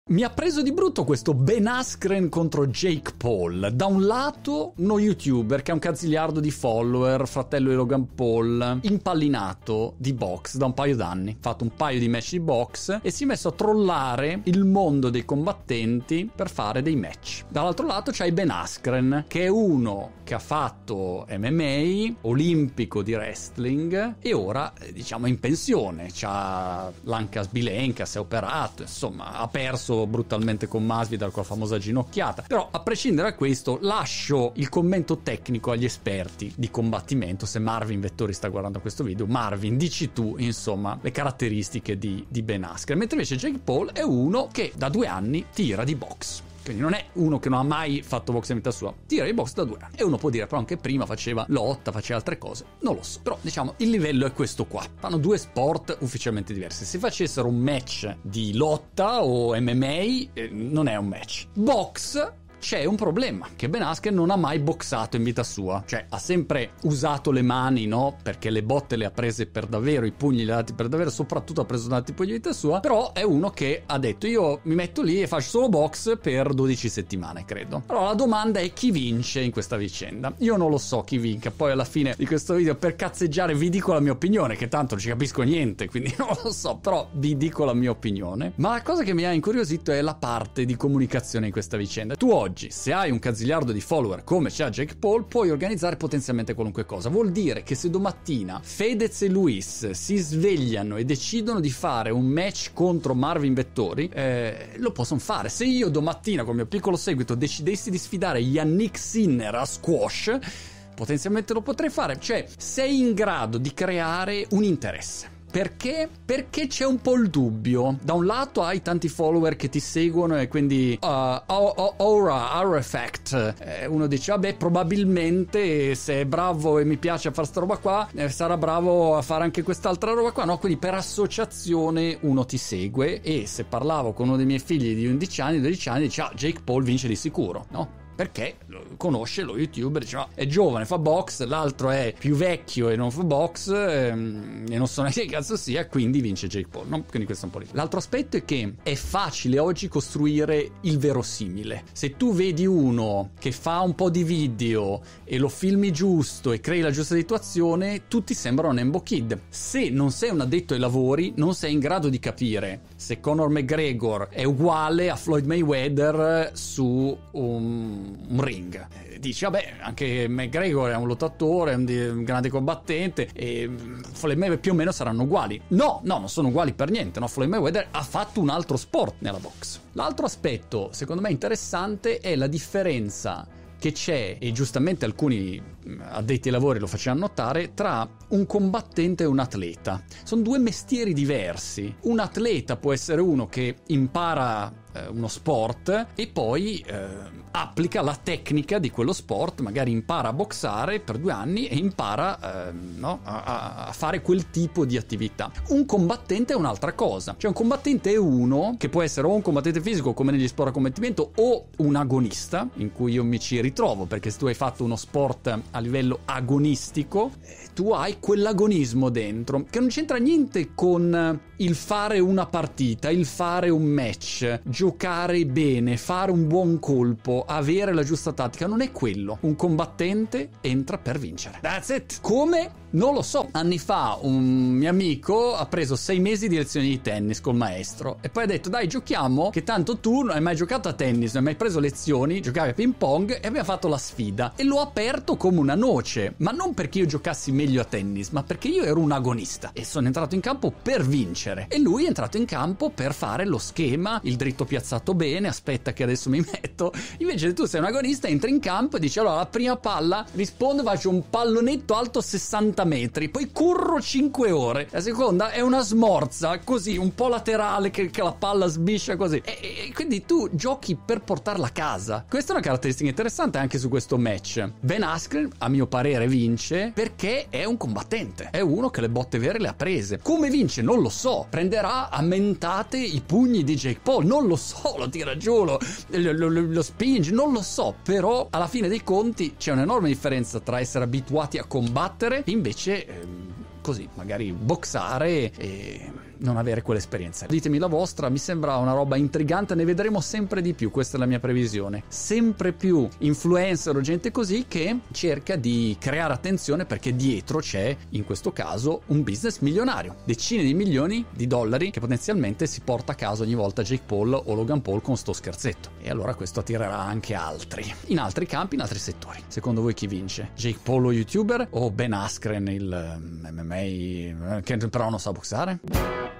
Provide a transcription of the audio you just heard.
Mi ha preso di brutto questo Ben Askren contro Jake Paul. Da un lato uno youtuber che ha un cazziliardo di follower, fratello di Logan Paul, impallinato di box da un paio d'anni, ha fatto un paio di match di box e si è messo a trollare il mondo dei combattenti per fare dei match. Dall'altro lato c'hai Ben Askren, che è uno che ha fatto MMA, olimpico di wrestling e ora diciamo è in pensione, c'ha l'anca sbilenca, si è operato, insomma ha perso brutalmente con Masvidal con la famosa ginocchiata. Però a prescindere da questo lascio il commento tecnico agli esperti di combattimento. Se Marvin Vettori sta guardando questo video, Marvin, dici tu insomma le caratteristiche di Ben Askren. Mentre invece Jake Paul è uno che da 2 anni tira di box, quindi non è uno che non ha mai fatto box in vita sua, tira di box da 2 anni. E uno può dire però anche prima faceva lotta, faceva altre cose, non lo so. Però diciamo il livello è questo qua. Fanno 2 sport ufficialmente diversi. Se facessero un match di lotta o MMA non è un match. Box c'è un problema, che Ben Askren non ha mai boxato in vita sua, cioè ha sempre usato le mani, no? Perché le botte le ha prese per davvero, i pugni li ha dati per davvero, soprattutto ha preso tanti pugni in vita sua. Però è uno che ha detto io mi metto lì e faccio solo box per 12 settimane credo. Allora la domanda è chi vince in questa vicenda. Io non lo so chi vinca, poi alla fine di questo video per cazzeggiare vi dico la mia opinione, che tanto non ci capisco niente, quindi non lo so, però vi dico la mia opinione. Ma la cosa che mi ha incuriosito è la parte di comunicazione in questa vicenda. Tu oggi, se hai un cazziliardo di follower come c'ha Jake Paul, puoi organizzare potenzialmente qualunque cosa. Vuol dire che se domattina Fedez e Luis si svegliano e decidono di fare un match contro Marvin Vettori, lo possono fare. Se io domattina col mio piccolo seguito decidessi di sfidare Yannick Sinner a squash, potenzialmente lo potrei fare. Cioè sei in grado di creare un interesse. Perché? Perché c'è un po' il dubbio. Da un lato hai tanti follower che ti seguono e quindi aura effect. Uno dice vabbè, probabilmente se è bravo e mi piace a fare sta roba qua, sarà bravo a fare anche quest'altra roba qua, no? Quindi per associazione uno ti segue. E se parlavo con uno dei miei figli di 11 anni, 12 anni, dice Jake Paul vince di sicuro, no? Perché conosce lo youtuber, dice, è giovane, fa box, l'altro è più vecchio e non fa box e non so neanche che cazzo sia, quindi vince Jake Paul, no? Quindi questo è un po' lì. L'altro aspetto è che è facile oggi costruire il verosimile. Se tu vedi uno che fa un po' di video e lo filmi giusto e crei la giusta situazione, tutti sembrano Nembo Kid. Se non sei un addetto ai lavori, non sei in grado di capire se Conor McGregor è uguale a Floyd Mayweather su un ring. Dici vabbè, anche McGregor è un lottatore, è un grande combattente e Floyd Mayweather più o meno saranno uguali. No, non sono uguali per niente, no? Floyd Mayweather ha fatto un altro sport nella box. L'altro aspetto secondo me interessante è la differenza che c'è, e giustamente alcuni addetti ai lavori lo facevano notare, tra un combattente e un atleta. Sono 2 mestieri diversi. Un atleta può essere uno che impara uno sport e poi applica la tecnica di quello sport, magari impara a boxare per 2 anni e impara a fare quel tipo di attività. Un combattente è un'altra cosa, cioè un combattente è uno che può essere o un combattente fisico come negli sport a combattimento o un agonista, in cui io mi ci ritrovo, perché se tu hai fatto uno sport a livello agonistico tu hai quell'agonismo dentro che non c'entra niente con il fare una partita, il fare un match, giocare bene, fare un buon colpo, avere la giusta tattica. Non è quello. Un combattente entra per vincere. That's it. Come? Non lo so. Anni fa un mio amico ha preso 6 mesi di lezioni di tennis col maestro e poi ha detto dai giochiamo, che tanto tu non hai mai giocato a tennis, non hai mai preso lezioni, giocavi a ping pong, e abbiamo fatto la sfida e l'ho aperto come una noce, ma non perché io giocassi meglio a tennis, ma perché io ero un agonista e sono entrato in campo per vincere e lui è entrato in campo per fare lo schema, il dritto piazzato bene, aspetta che adesso mi metto. Invece tu sei un agonista, entri in campo e dici allora la prima palla rispondo, faccio un pallonetto alto 60 metri, poi corro 5 ore, la seconda è una smorza così un po' laterale che la palla sbiscia così e quindi tu giochi per portarla a casa. Questa è una caratteristica interessante anche su questo match. Ben Askren a mio parere vince perché è un combattente, è uno che le botte vere le ha prese. Come vince non lo so, prenderà a mentate i pugni di Jake Paul, non lo so, lo tira giù, lo spinge, non lo so, però alla fine dei conti c'è un'enorme differenza tra essere abituati a combattere e invece così magari boxare e non avere quell'esperienza. Ditemi la vostra, mi sembra una roba intrigante, ne vedremo sempre di più, questa è la mia previsione. Sempre più influencer o gente così che cerca di creare attenzione perché dietro c'è, in questo caso, un business milionario. Decine di milioni di dollari che potenzialmente si porta a casa ogni volta Jake Paul o Logan Paul con sto scherzetto. E allora questo attirerà anche altri. In altri campi, in altri settori. Secondo voi chi vince? Jake Paul lo youtuber o Ben Askren il MMA che però non sa boxare?